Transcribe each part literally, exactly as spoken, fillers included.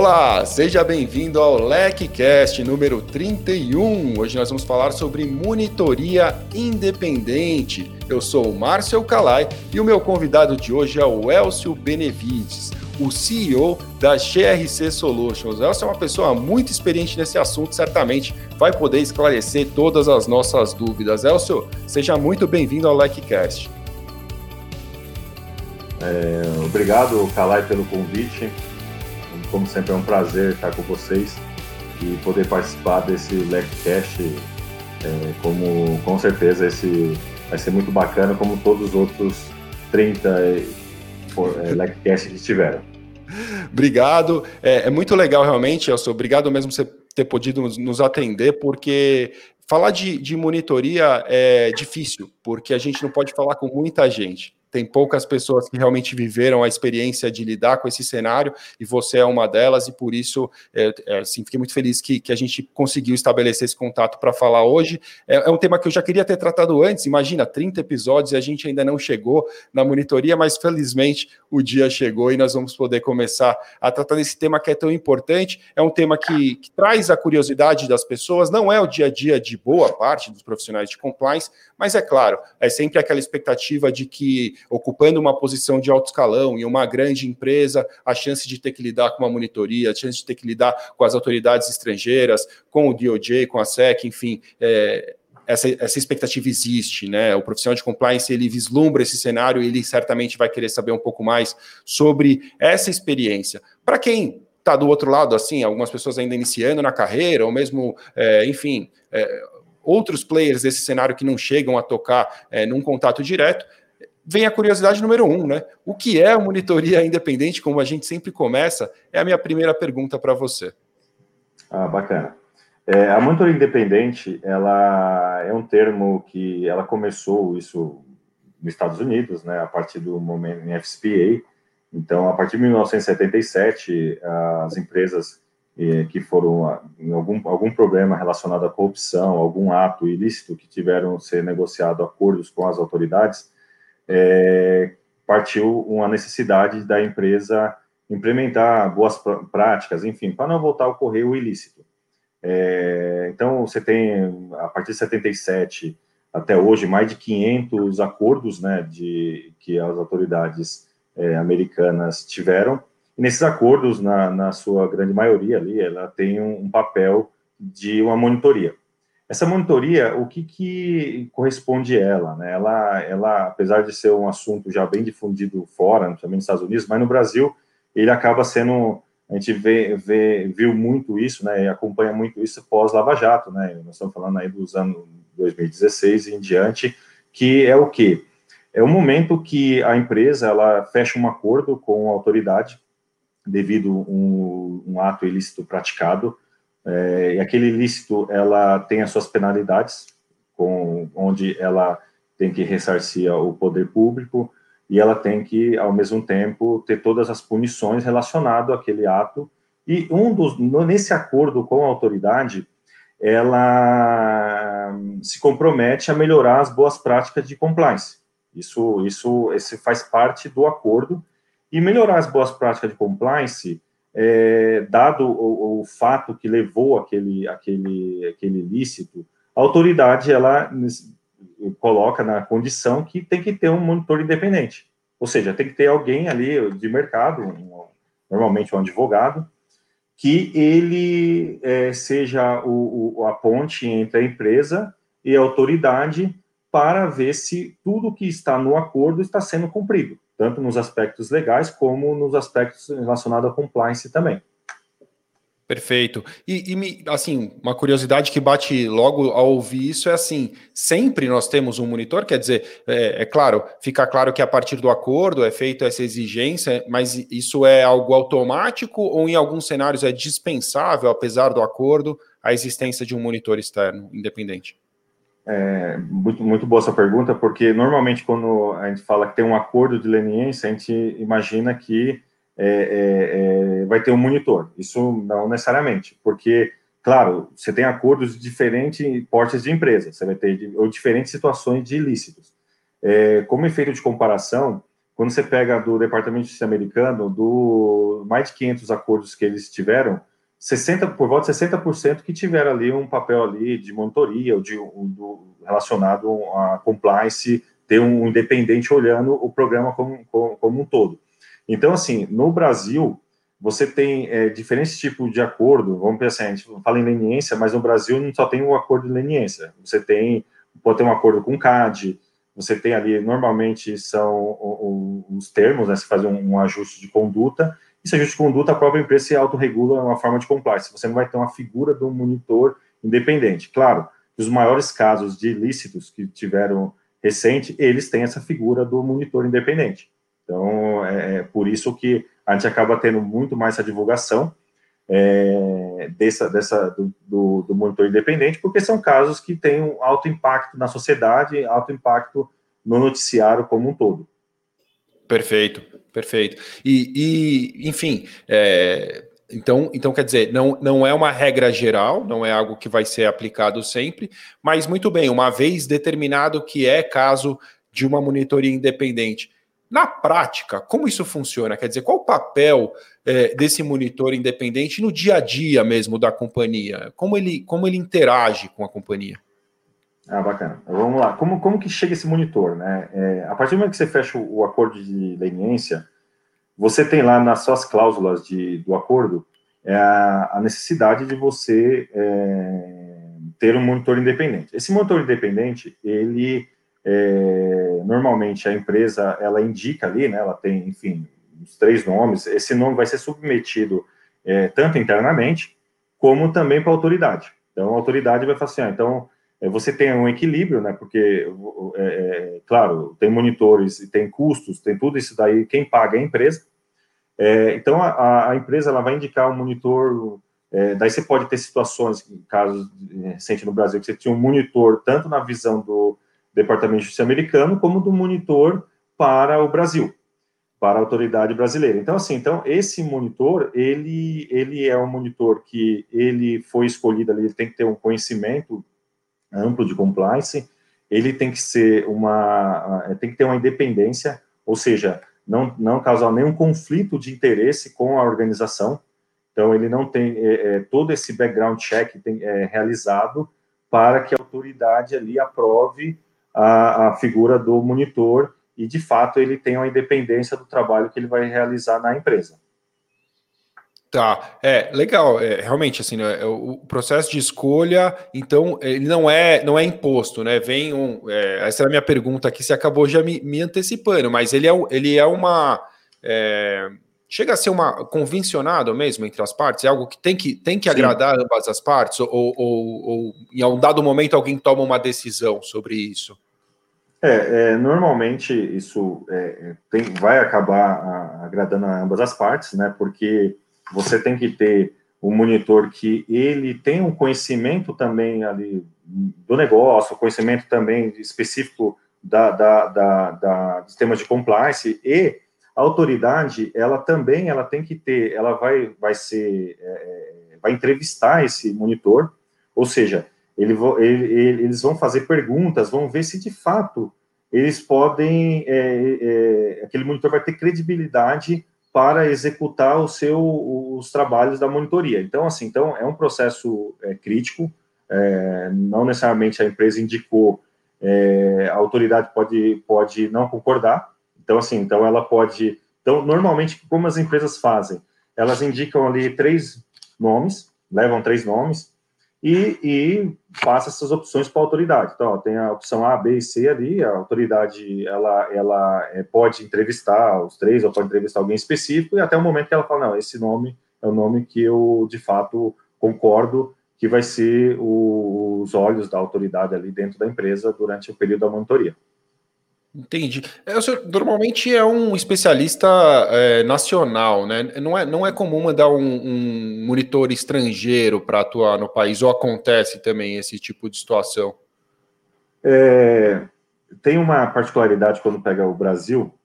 Olá, seja bem-vindo ao LecCast número trinta e um. Hoje nós vamos falar sobre monitoria independente. Eu sou o Márcio Calai e o meu convidado de hoje é o Elcio Benevides, o C E O da G R C Solutions. O Elcio é uma pessoa muito experiente nesse assunto, certamente vai poder esclarecer todas as nossas dúvidas. Elcio, seja muito bem-vindo ao LecCast. É, obrigado, Calai, pelo convite. Como sempre, é um prazer estar com vocês e poder participar desse LecCast. É, como, com certeza, esse vai ser muito bacana, como todos os outros trinta é, LecCast que tiveram. Obrigado. É, é muito legal, realmente, Elcio. Obrigado mesmo por você ter podido nos atender, porque falar de, de monitoria é difícil, porque a gente não pode falar com muita gente. Tem poucas pessoas que realmente viveram a experiência de lidar com esse cenário, e você é uma delas, e por isso, é, é, assim, fiquei muito feliz que, que a gente conseguiu estabelecer esse contato para falar hoje. É, é um tema que eu já queria ter tratado antes, imagina, trinta episódios, e a gente ainda não chegou na monitoria, mas felizmente o dia chegou e nós vamos poder começar a tratar desse tema que é tão importante. É um tema que, que traz a curiosidade das pessoas, não é o dia a dia de boa parte dos profissionais de compliance, mas é claro, é sempre aquela expectativa de que, ocupando uma posição de alto escalão em uma grande empresa, a chance de ter que lidar com uma monitoria, a chance de ter que lidar com as autoridades estrangeiras, com o D O J, com a S E C, enfim, é, essa, essa expectativa existe, né? O profissional de compliance, ele vislumbra esse cenário e ele certamente vai querer saber um pouco mais sobre essa experiência. Para quem está do outro lado, assim, algumas pessoas ainda iniciando na carreira, ou mesmo, é, enfim, é, outros players desse cenário que não chegam a tocar é, num contato direto, vem a curiosidade número um, né? O que é a monitoria independente, como a gente sempre começa, é a minha primeira pergunta para você. Ah, bacana. É, a monitoria independente, ela é um termo que ela começou isso nos Estados Unidos, né, a partir do momento em F C P A. Então, a partir de mil novecentos e setenta e sete, as empresas eh, que foram em algum, algum problema relacionado à corrupção, algum ato ilícito que tiveram ser negociado acordos com as autoridades, É, partiu uma necessidade da empresa implementar boas práticas, enfim, para não voltar a ocorrer o ilícito. É, então, você tem, a partir de setenta e sete até hoje, mais de quinhentos acordos, né, de, que as autoridades é, americanas tiveram, e nesses acordos, na, na sua grande maioria ali, ela tem um, um papel de uma monitoria. Essa monitoria, o que, que corresponde a ela, né? Ela, ela, apesar de ser um assunto já bem difundido fora, também nos Estados Unidos, mas no Brasil ele acaba sendo, a gente vê, vê, viu muito isso, né? E acompanha muito isso pós-Lava Jato, né? Nós estamos falando aí dos anos dois mil e dezesseis e em diante, que é o quê? É o momento que a empresa ela fecha um acordo com a autoridade devido a um, um ato ilícito praticado. É, e aquele ilícito, ela tem as suas penalidades, com, onde ela tem que ressarcir o poder público e ela tem que, ao mesmo tempo, ter todas as punições relacionadas àquele ato. E um dos, nesse acordo com a autoridade, ela se compromete a melhorar as boas práticas de compliance. Isso, isso esse faz parte do acordo. E melhorar as boas práticas de compliance, é, dado o, o fato que levou aquele, aquele, aquele ilícito, a autoridade ela coloca na condição que tem que ter um monitor independente. Ou seja, tem que ter alguém ali de mercado, um, normalmente um advogado, que ele é, seja o, o, a ponte entre a empresa e a autoridade para ver se tudo que está no acordo está sendo cumprido, tanto nos aspectos legais como nos aspectos relacionados à compliance também. Perfeito. E, e me, assim, uma curiosidade que bate logo ao ouvir isso é assim, sempre nós temos um monitor, quer dizer, é, é claro, fica claro que a partir do acordo é feita essa exigência, mas isso é algo automático ou em alguns cenários é dispensável, apesar do acordo, a existência de um monitor externo independente? É, muito, muito boa essa pergunta, porque normalmente quando a gente fala que tem um acordo de leniência, a gente imagina que é, é, é, vai ter um monitor. Isso não necessariamente, porque, claro, você tem acordos de diferentes portes de empresa, você vai ter ou diferentes situações de ilícitos. É, como efeito de comparação, quando você pega do Departamento de Justiça americano, do mais de quinhentos acordos que eles tiveram, sessenta, por volta de sessenta por cento que tiveram ali um papel ali de monitoria, ou de, um, do, relacionado a compliance, ter um independente olhando o programa como, como, como um todo. Então, assim, no Brasil, você tem é, diferentes tipos de acordo, vamos pensar, a gente fala em leniência, mas no Brasil não só tem o acordo de leniência, você tem, pode ter um acordo com o C A D, você tem ali, normalmente são os termos, né, você faz um, um ajuste de conduta, e esse ajuste de conduta, a própria empresa se autorregula uma forma de compliance, você não vai ter uma figura do monitor independente. Claro, os maiores casos de ilícitos que tiveram recente, eles têm essa figura do monitor independente. Então, é, é por isso que a gente acaba tendo muito mais essa divulgação é, dessa, dessa, do, do, do monitor independente, porque são casos que têm um alto impacto na sociedade, alto impacto no noticiário como um todo. Perfeito, perfeito. E, e enfim, é, então, então, quer dizer, não, não é uma regra geral, não é algo que vai ser aplicado sempre, mas muito bem, uma vez determinado que é caso de uma monitoria independente. Na prática, como isso funciona? Quer dizer, qual o papel é, desse monitor independente no dia a dia mesmo da companhia? Como ele, como ele interage com a companhia? Ah, bacana. Vamos lá. Como, como que chega esse monitor, né? É, a partir do momento que você fecha o, o acordo de leniência, você tem lá nas suas cláusulas de, do acordo é, a, a necessidade de você é, ter um monitor independente. Esse monitor independente, ele é, normalmente a empresa ela indica ali, né? Ela tem, enfim, os três nomes. Esse nome vai ser submetido é, tanto internamente como também para a autoridade. Então a autoridade vai falar assim, ah, então você tem um equilíbrio, né? Porque, é, é, claro, tem monitores e tem custos, tem tudo isso daí, quem paga é a empresa. É, então, a, a empresa ela vai indicar um monitor. É, daí você pode ter situações, casos recentes no Brasil, que você tinha um monitor tanto na visão do Departamento de Justiça americano, como do monitor para o Brasil, para a autoridade brasileira. Então, assim, então, esse monitor, ele, ele é um monitor que ele foi escolhido ali, ele tem que ter um conhecimento amplo de compliance, ele tem que ser uma, tem que ter uma independência, ou seja, não, não causar nenhum conflito de interesse com a organização. Então, ele não tem é, é, todo esse background check tem, é, realizado para que a autoridade ali aprove a, a figura do monitor e, de fato, ele tenha uma independência do trabalho que ele vai realizar na empresa. Tá, é legal, é, realmente assim, né, o processo de escolha, então ele não é não é imposto, né? Vem um, é, essa era a minha pergunta aqui, você acabou já me, me antecipando, mas ele é, ele é uma é, chega a ser uma convencionado mesmo entre as partes, é algo que tem que tem que Sim. agradar ambas as partes, ou, ou, ou em um dado momento alguém toma uma decisão sobre isso? É, é, normalmente isso é, tem, vai acabar a, agradando a ambas as partes, né? Porque você tem que ter um monitor que ele tem um conhecimento também ali do negócio, conhecimento também específico da, da, da, da dos temas de compliance, e a autoridade ela também ela tem que ter, ela vai vai ser é, vai entrevistar esse monitor, ou seja, ele, ele, eles vão fazer perguntas, vão ver se de fato eles podem, é, é, aquele monitor vai ter credibilidade para executar o seu, os trabalhos da monitoria. Então, assim, então é um processo é, crítico, é, não necessariamente a empresa indicou, é, a autoridade pode, pode não concordar, então, assim, então ela pode, então, normalmente, como as empresas fazem? Elas indicam ali três nomes, levam três nomes, e, e passa essas opções para a autoridade. Então, ó, tem a opção A, B e C ali, a autoridade ela, ela é, pode entrevistar os três, ou pode entrevistar alguém específico, e até o momento que ela fala, não, esse nome é o nome que eu, de fato, concordo que vai ser o, os olhos da autoridade ali dentro da empresa durante o período da monitoria. Entendi. É, o senhor normalmente é um especialista é, nacional, né? Não é, não é comum mandar um, um monitor estrangeiro para atuar no país, ou acontece também esse tipo de situação? É, tem uma particularidade quando pega o Brasil,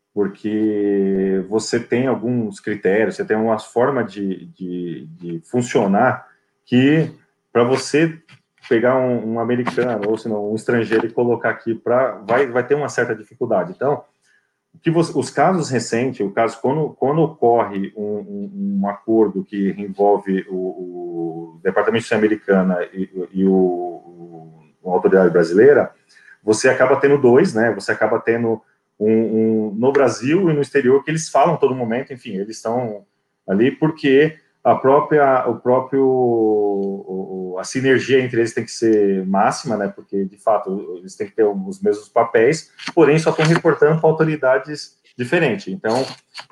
porque você tem alguns critérios, você tem uma forma de, de, de funcionar que, para você pegar um, um americano ou se não, um estrangeiro e colocar aqui, pra, vai, vai ter uma certa dificuldade. Então, que você, os casos recentes, o caso quando, quando ocorre um, um, um acordo que envolve o, o Departamento de Justiça americana e, e o, o, a autoridade brasileira, você acaba tendo dois, né? Você acaba tendo um, um no Brasil e no exterior que eles falam todo momento, enfim, eles estão ali porque a própria, o próprio, o, a sinergia entre eles tem que ser máxima, né? Porque de fato eles têm que ter os mesmos papéis, porém só estão reportando para autoridades diferentes. Então,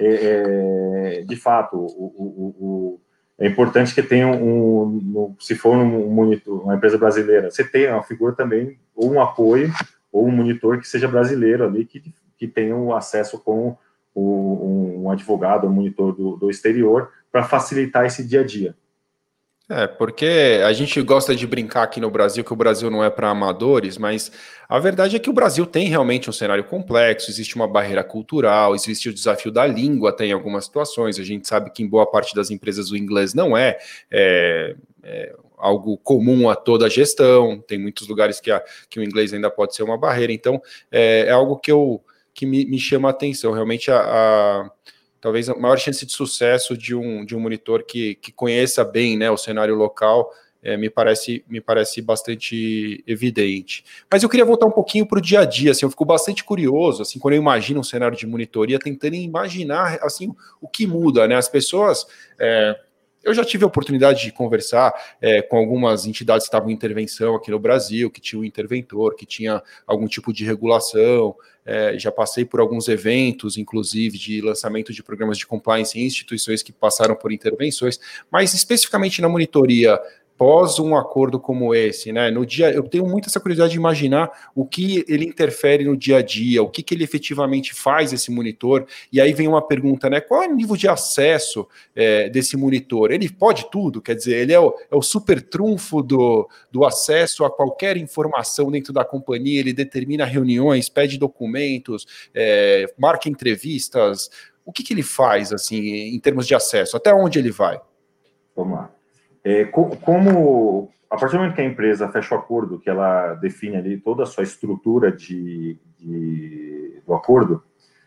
é, é, de fato, o, o, o, é importante que tenha um, um, se for um monitor, uma empresa brasileira, você tenha uma figura também ou um apoio ou um monitor que seja brasileiro ali que que tenha um acesso com o, um advogado, um monitor do, do exterior, para facilitar esse dia a dia. É, porque a gente gosta de brincar aqui no Brasil que o Brasil não é para amadores, mas a verdade é que o Brasil tem realmente um cenário complexo, existe uma barreira cultural, existe o desafio da língua até em algumas situações, a gente sabe que em boa parte das empresas o inglês não é, é, é algo comum a toda a gestão, tem muitos lugares que, a, que o inglês ainda pode ser uma barreira, então é, é algo que, eu, que me, me chama a atenção, realmente a... a talvez a maior chance de sucesso de um, de um monitor que, que conheça bem, né, o cenário local, é, me, parece, me parece bastante evidente. Mas eu queria voltar um pouquinho para o dia a dia, assim, eu fico bastante curioso, assim, quando eu imagino um cenário de monitoria, tentando imaginar, assim, o que muda, né, as pessoas... É, eu já tive a oportunidade de conversar é, com algumas entidades que estavam em intervenção aqui no Brasil, que tinha um interventor, que tinha algum tipo de regulação, é, já passei por alguns eventos, inclusive, de lançamento de programas de compliance em instituições que passaram por intervenções, mas especificamente na monitoria, pós um acordo como esse, né? No dia, eu tenho muito essa curiosidade de imaginar o que ele interfere no dia a dia, o que, que ele efetivamente faz esse monitor, e aí vem uma pergunta, né? Qual é o nível de acesso é, desse monitor? Ele pode tudo? Quer dizer, ele é o, é o super trunfo do, do acesso a qualquer informação dentro da companhia, ele determina reuniões, pede documentos, é, marca entrevistas. O que, que ele faz, assim, em termos de acesso? Até onde ele vai? Vamos lá. É, como, a partir do momento que a empresa fecha o acordo, que ela define ali toda a sua estrutura de, de, do acordo,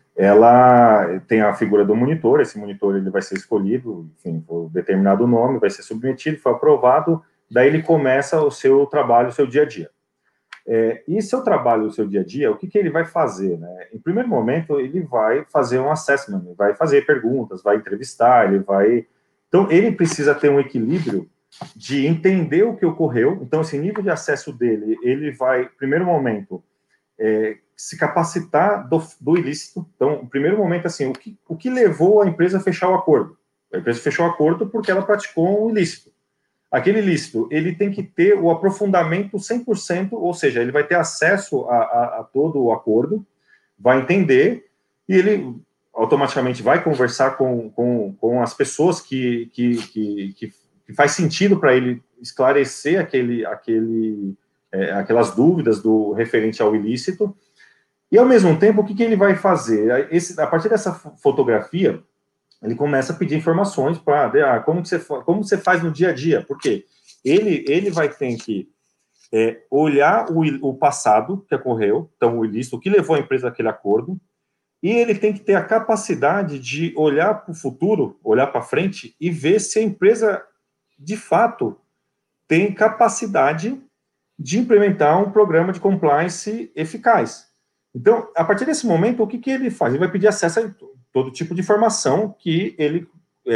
ela tem a figura do monitor, esse monitor ele vai ser escolhido, enfim, por determinado nome, vai ser submetido, foi aprovado, daí ele começa o seu trabalho, o seu dia a dia. É, e seu trabalho, o seu dia a dia, o que, que ele vai fazer? Né? Em primeiro momento, ele vai fazer um assessment, ele vai fazer perguntas, vai entrevistar, ele vai... Então, ele precisa ter um equilíbrio de entender o que ocorreu. Então, esse nível de acesso dele, ele vai, em primeiro momento, é, se capacitar do, do ilícito. Então, no primeiro momento, assim, o que, o que levou a empresa a fechar o acordo? A empresa fechou o acordo porque ela praticou um ilícito. Aquele ilícito, ele tem que ter o aprofundamento cem por cento, ou seja, ele vai ter acesso a, a, a todo o acordo, vai entender, e ele automaticamente vai conversar com, com, com as pessoas que, que, que, que, que faz sentido para ele esclarecer aquele, aquele, é, aquelas dúvidas do referente ao ilícito, e ao mesmo tempo, o que, que ele vai fazer? Esse, a partir dessa fotografia, ele começa a pedir informações para ah, como, que você, como você faz no dia a dia, porque ele, ele vai ter que é, olhar o, o passado que ocorreu, então o ilícito, o que levou a empresa àquele acordo, e ele tem que ter a capacidade de olhar para o futuro, olhar para frente e ver se a empresa, de fato, tem capacidade de implementar um programa de compliance eficaz. Então, a partir desse momento, o que, que ele faz? Ele vai pedir acesso a todo tipo de informação que ele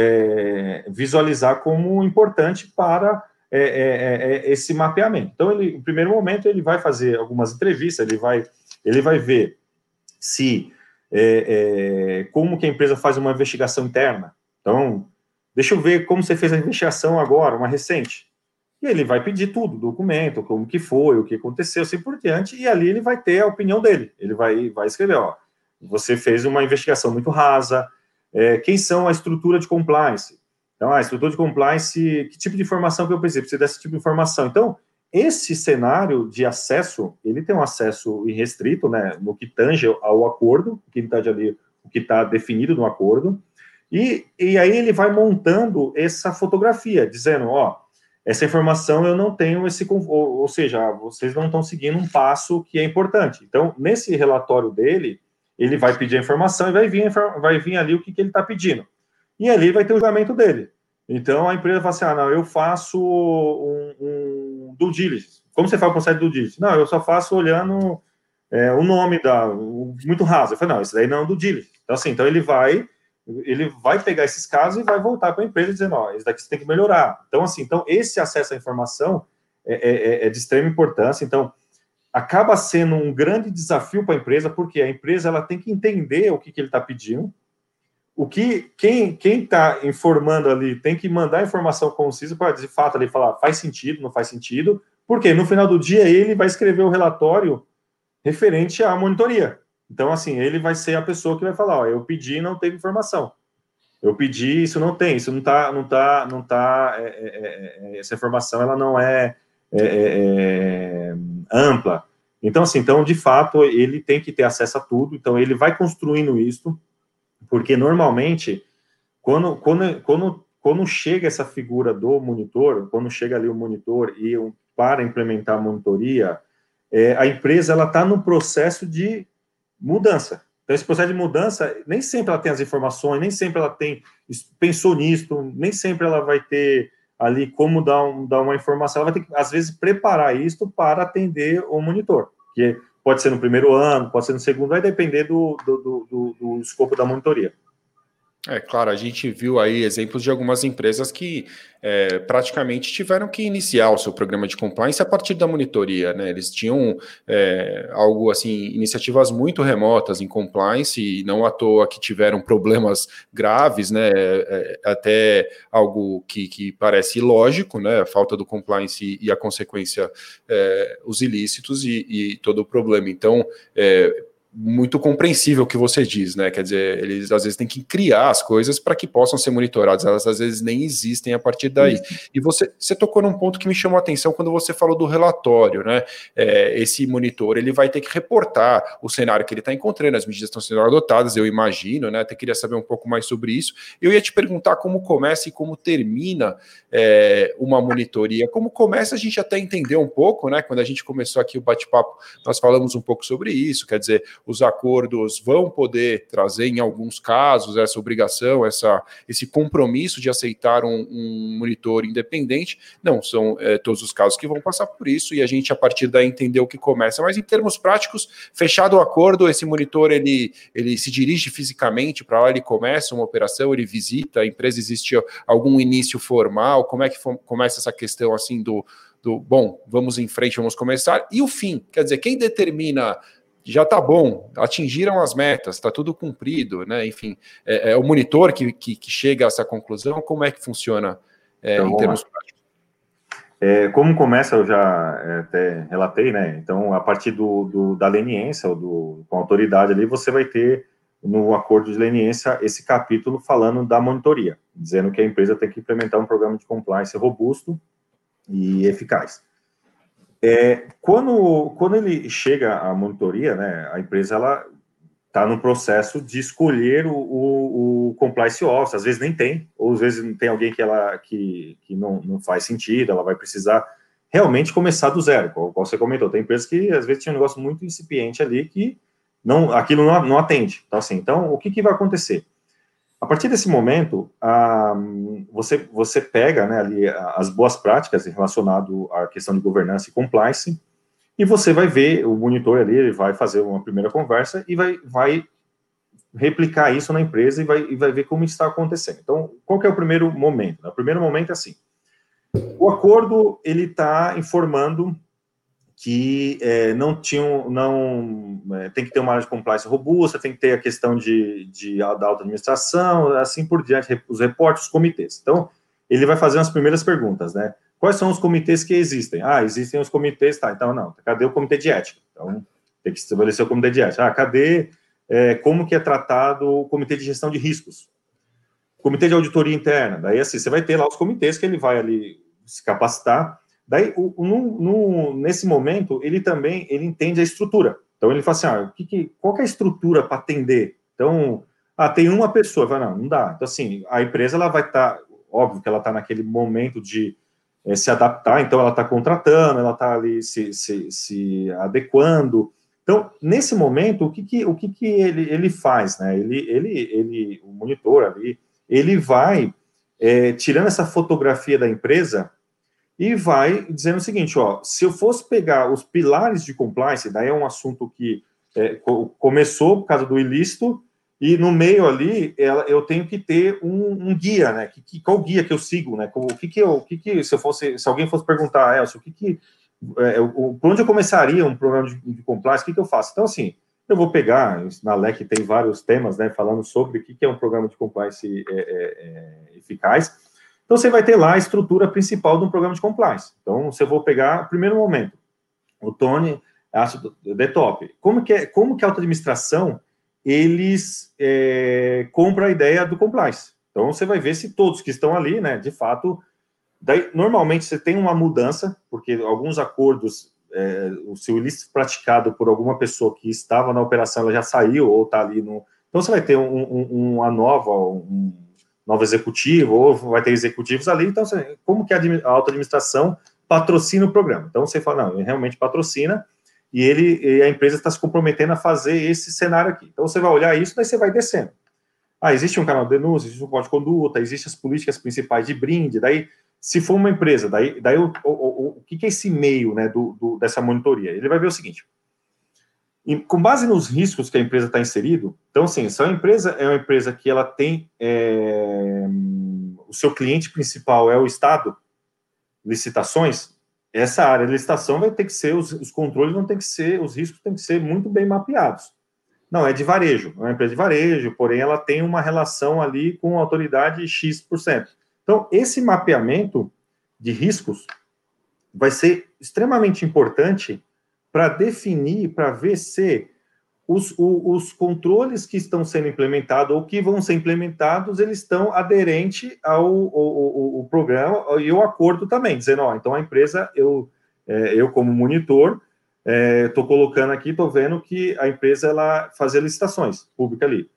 é, visualizar como importante para é, é, é, esse mapeamento. Então, ele, no primeiro momento, ele vai fazer algumas entrevistas, ele vai, ele vai ver se é, é, como que a empresa faz uma investigação interna. Então, deixa eu ver como você fez a investigação agora, uma recente. E ele vai pedir tudo, documento, como que foi, o que aconteceu, assim por diante, e ali ele vai ter a opinião dele. Ele vai, vai escrever, ó, você fez uma investigação muito rasa, é, quem são a estrutura de compliance? Então, a estrutura de compliance, que tipo de informação que eu preciso? Preciso desse tipo de informação. Então, esse cenário de acesso, ele tem um acesso irrestrito, né, no que tange ao acordo, o que está ali, o que está definido no acordo, e, e aí ele vai montando essa fotografia, dizendo, ó, essa informação eu não tenho esse, ou, ou seja, vocês não estão seguindo um passo que é importante. Então, nesse relatório dele, ele vai pedir a informação e vai vir, vai vir ali o que, que ele está pedindo. E ali vai ter o julgamento dele. Então, a empresa fala assim, ah, não, eu faço um, um due diligence. Como você faz o processo de due diligence? Não, eu só faço olhando é, o nome, da, o, muito raso. Eu falei, não, isso daí não é um due diligence. Então, assim, então ele vai, ele vai pegar esses casos e vai voltar para a empresa dizendo, ó, isso daqui você tem que melhorar. Então, assim, então, esse acesso à informação é, é, é de extrema importância. Então, acaba sendo um grande desafio para a empresa, porque a empresa ela tem que entender o que, que ele está pedindo. O que quem quem está informando ali tem que mandar a informação concisa para de fato ali falar faz sentido, não faz sentido, porque no final do dia ele vai escrever o relatório referente à monitoria. Então, assim, ele vai ser a pessoa que vai falar, ó, eu pedi e não teve informação. Eu pedi, isso não tem, isso não está, não tá, não tá, é, é, é, essa informação ela não é, é, é ampla. Então, assim, então, de fato, ele tem que ter acesso a tudo, então ele vai construindo isso. Porque, normalmente, quando, quando, quando, quando chega essa figura do monitor, quando chega ali o monitor e um, para implementar a monitoria, é, a empresa está no processo de mudança. Então, esse processo de mudança, nem sempre ela tem as informações, nem sempre ela tem, pensou nisso, nem sempre ela vai ter ali como dar, um, dar uma informação, ela vai ter que, às vezes, preparar isso para atender o monitor, que pode ser no primeiro ano, pode ser no segundo, vai depender do, do, do, do, do escopo da monitoria. É claro, a gente viu aí exemplos de algumas empresas que é, praticamente tiveram que iniciar o seu programa de compliance a partir da monitoria, né? Eles tinham é, algo assim, iniciativas muito remotas em compliance e não à toa que tiveram problemas graves, né? É, até algo que, que parece ilógico, né? A falta do compliance e a consequência, é, os ilícitos e, e todo o problema. Então, é, muito compreensível o que você diz, né? Quer dizer, eles às vezes têm que criar as coisas para que possam ser monitoradas, elas às vezes nem existem a partir daí. Isso. E você, você tocou num ponto que me chamou a atenção quando você falou do relatório, né? É, esse monitor, ele vai ter que reportar o cenário que ele está encontrando, as medidas estão sendo adotadas, eu imagino, né? Até queria saber um pouco mais sobre isso. Eu ia te perguntar como começa e como termina é, uma monitoria. Como começa, a gente até entendeu um pouco, né? Quando a gente começou aqui o bate-papo, nós falamos um pouco sobre isso, quer dizer, os acordos vão poder trazer, em alguns casos, essa obrigação, essa, esse compromisso de aceitar um, um monitor independente. Não são é, todos os casos que vão passar por isso, e a gente, a partir daí, entender o que começa. Mas, em termos práticos, fechado o acordo, esse monitor, ele, ele se dirige fisicamente para lá, ele começa uma operação, ele visita a empresa, existe algum início formal? Como é que começa essa questão, assim, do, do, bom, vamos em frente, vamos começar, e o fim? Quer dizer, quem determina... já está bom, atingiram as metas, está tudo cumprido, né? Enfim, é, é o monitor que, que, que chega a essa conclusão. Como é que funciona é, então, em termos práticos? É, como começa, eu já é, até relatei, né? Então, a partir do, do, da leniência, ou do, com a autoridade ali, você vai ter no acordo de leniência esse capítulo falando da monitoria, dizendo que a empresa tem que implementar um programa de compliance robusto e eficaz. É, quando, quando ele chega à monitoria, né, a empresa ela está no processo de escolher o, o, o compliance officer, às vezes nem tem, ou às vezes tem alguém que, ela, que, que não, não faz sentido, ela vai precisar realmente começar do zero, como você comentou, tem empresas que às vezes tinha um negócio muito incipiente ali que não, aquilo não, não atende. Então, assim, então, o que, que vai acontecer? A partir desse momento, ah, você, você pega, né, ali as boas práticas relacionadas à questão de governança e compliance, e você vai ver, o monitor ali, ele vai fazer uma primeira conversa e vai, vai replicar isso na empresa e vai, e vai ver como está acontecendo. Então, qual que é o primeiro momento? O primeiro momento é assim, o acordo, ele está informando que é, não tinham, não, é, tem que ter uma área de compliance robusta, tem que ter a questão de, de, da alta administração, assim por diante, os reportes, os comitês. Então, ele vai fazer as primeiras perguntas, né? Quais são os comitês que existem? Ah, existem os comitês, tá, então não, cadê o comitê de ética? Então, tem que estabelecer o comitê de ética. Ah, cadê, é, como que é tratado o comitê de gestão de riscos? Comitê de auditoria interna, daí assim, você vai ter lá os comitês que ele vai ali se capacitar. Daí, o, no, no, nesse momento, ele também ele entende a estrutura. Então, ele fala assim, ah, o que que, qual que é a estrutura para atender? Então, ah, tem uma pessoa. Vai, não, não dá. Então, assim, a empresa ela vai estar, tá, óbvio que ela está naquele momento de é, se adaptar, então ela está contratando, ela está ali se, se, se adequando. Então, nesse momento, o que, que, o que, que ele, ele faz? Né? Ele, ele, ele, o monitor ali, ele vai é, tirando essa fotografia da empresa e vai dizendo o seguinte, ó, se eu fosse pegar os pilares de compliance, daí é um assunto que é, começou por causa do ilícito, e no meio ali ela, eu tenho que ter um, um guia, né? Que, que, qual guia que eu sigo, né? O que que eu, o que que se eu fosse, se alguém fosse perguntar, Elcio, o que que, é, o, por onde eu começaria um programa de, de compliance? O que que eu faço? Então assim, eu vou pegar, na L E C tem vários temas, né? Falando sobre o que que é um programa de compliance é, é, é, eficaz. Então você vai ter lá a estrutura principal de um programa de compliance. Então você vou pegar, primeiro momento, o Tony acho de top. Como que é, como que a auto-administração eles é, compram a ideia do compliance. Então, você vai ver se todos que estão ali, né, de fato, daí, normalmente você tem uma mudança, porque alguns acordos, é, se o ilícito praticado por alguma pessoa que estava na operação, ela já saiu ou está ali no... Então, você vai ter um, um, uma nova, um novo executivo, ou vai ter executivos ali, então, você, como que a auto-administração patrocina o programa? Então, você fala, não, ele realmente patrocina, e ele, e a empresa está se comprometendo a fazer esse cenário aqui. Então, você vai olhar isso, daí você vai descendo. Ah, existe um canal de denúncia, existe um código de conduta, existem as políticas principais de brinde, daí, se for uma empresa, daí, daí o, o, o, o que, que é esse meio, né, do, do, dessa monitoria? Ele vai ver o seguinte, e, com base nos riscos que a empresa está inserido, então, assim, se a empresa é uma empresa que ela tem, é, o seu cliente principal é o Estado, licitações, essa área de licitação vai ter que ser, os, os controles vão ter que ser, os riscos têm que ser muito bem mapeados. Não, é de varejo, é uma empresa de varejo, porém ela tem uma relação ali com a autoridade X por cento. Então, esse mapeamento de riscos vai ser extremamente importante para definir, para ver se os, o, os controles que estão sendo implementados ou que vão ser implementados, eles estão aderentes ao, ao, ao, ao programa e ao acordo também, dizendo, ó, então a empresa, eu, é, eu como monitor, estou é, colocando aqui, estou vendo que a empresa, ela fazia licitações públicas ali.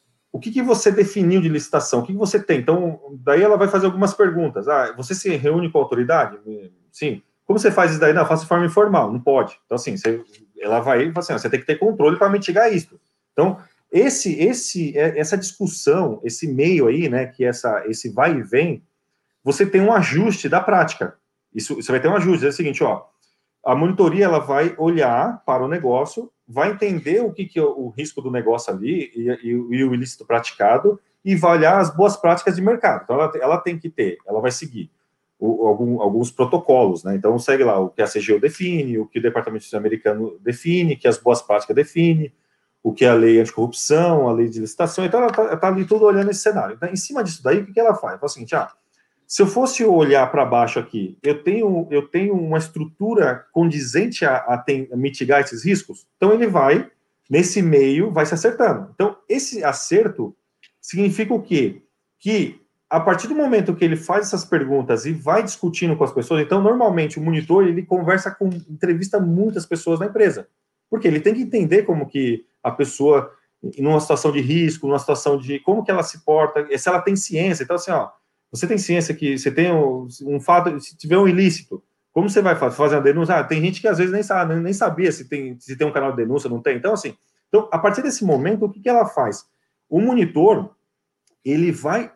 O que, que você definiu de licitação? O que, que você tem? Então, daí ela vai fazer algumas perguntas. Ah, você se reúne com a autoridade? Sim. Como você faz isso daí? Não, eu faço de forma informal, não pode. Então, assim, você, ela vai e fala assim, você tem que ter controle para mitigar isso. Então, esse, esse, essa discussão, esse meio aí, né, que essa, esse vai e vem, você tem um ajuste da prática. Isso, você vai ter um ajuste, é o seguinte, ó, a monitoria, ela vai olhar para o negócio, vai entender o que, que é o risco do negócio ali e, e, e o ilícito praticado e vai olhar as boas práticas de mercado. Então, ela, ela tem que ter, ela vai seguir O, algum, alguns protocolos, né? Então, segue lá o que a C G U define, o que o Departamento de Justiça americano define, que as boas práticas define, o que a lei anticorrupção, a lei de licitação. Então, ela está tá ali tudo olhando esse cenário. Então, em cima disso daí, o que, que ela faz? Ela fala o seguinte, ah, se eu fosse olhar para baixo aqui, eu tenho, eu tenho uma estrutura condizente a, a, tem, a mitigar esses riscos? Então, ele vai, nesse meio, vai se acertando. Então, esse acerto significa o quê? Que a partir do momento que ele faz essas perguntas e vai discutindo com as pessoas, então, normalmente, o monitor, ele conversa com, entrevista muitas pessoas na empresa. Porque ele tem que entender como que a pessoa, numa situação de risco, numa situação de como que ela se porta, se ela tem ciência. Então, assim, ó, você tem ciência que você tem um, um fato, se tiver um ilícito, como você vai fazer uma denúncia? Ah, tem gente que às vezes nem, sabe, nem sabia se tem, se tem um canal de denúncia, não tem. Então, assim, então, a partir desse momento, o que, que ela faz? O monitor, ele vai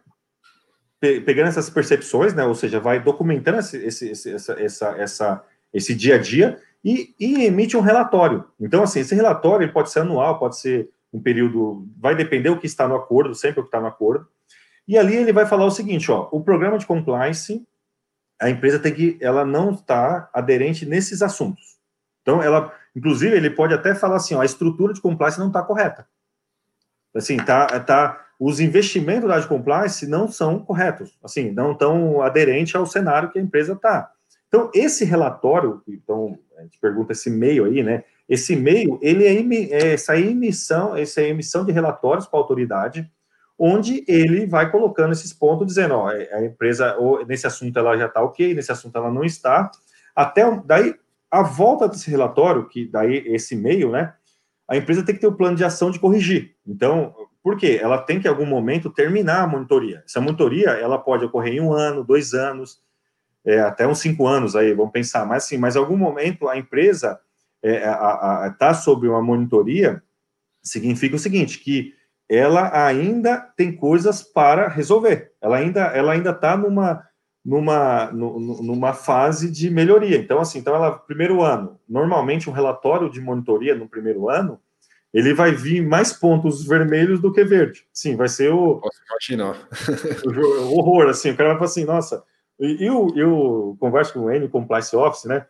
pegando essas percepções, né, ou seja, vai documentando esse, esse, essa, essa, essa, esse dia a dia e, e emite um relatório. Então, assim, esse relatório ele pode ser anual, pode ser um período, vai depender o que está no acordo, sempre o que está no acordo, e ali ele vai falar o seguinte, ó, o programa de compliance, a empresa tem que, ela não está aderente nesses assuntos. Então, ela, inclusive, ele pode até falar assim, ó, a estrutura de compliance não está correta. Assim, tá, tá, os investimentos da área de compliance não são corretos, assim, não estão aderentes ao cenário que a empresa está. Então, esse relatório, então, a gente pergunta esse e-mail aí, né, esse e-mail, ele é, é essa emissão, essa emissão de relatórios para a autoridade, onde ele vai colocando esses pontos, dizendo, ó, a empresa, ou, nesse assunto ela já está ok, nesse assunto ela não está, até, daí, a volta desse relatório, que daí, esse e-mail, né, a empresa tem que ter o plano de ação de corrigir. Então, por quê? Ela tem que, em algum momento, terminar a monitoria. Essa monitoria, ela pode ocorrer em um ano, dois anos, é, até uns cinco anos aí, vamos pensar. Mas, assim, mas em algum momento, a empresa, é, está sob uma monitoria, significa o seguinte, que ela ainda tem coisas para resolver, ela ainda ela ainda está numa, numa, numa fase de melhoria. Então, assim, então ela, primeiro ano, normalmente um relatório de monitoria no primeiro ano, ele vai vir mais pontos vermelhos do que verde. Sim, vai ser o... Posso imaginar. O horror, assim, o cara vai falar assim, nossa... E eu, eu converso com ele, com o Compliance Office, né?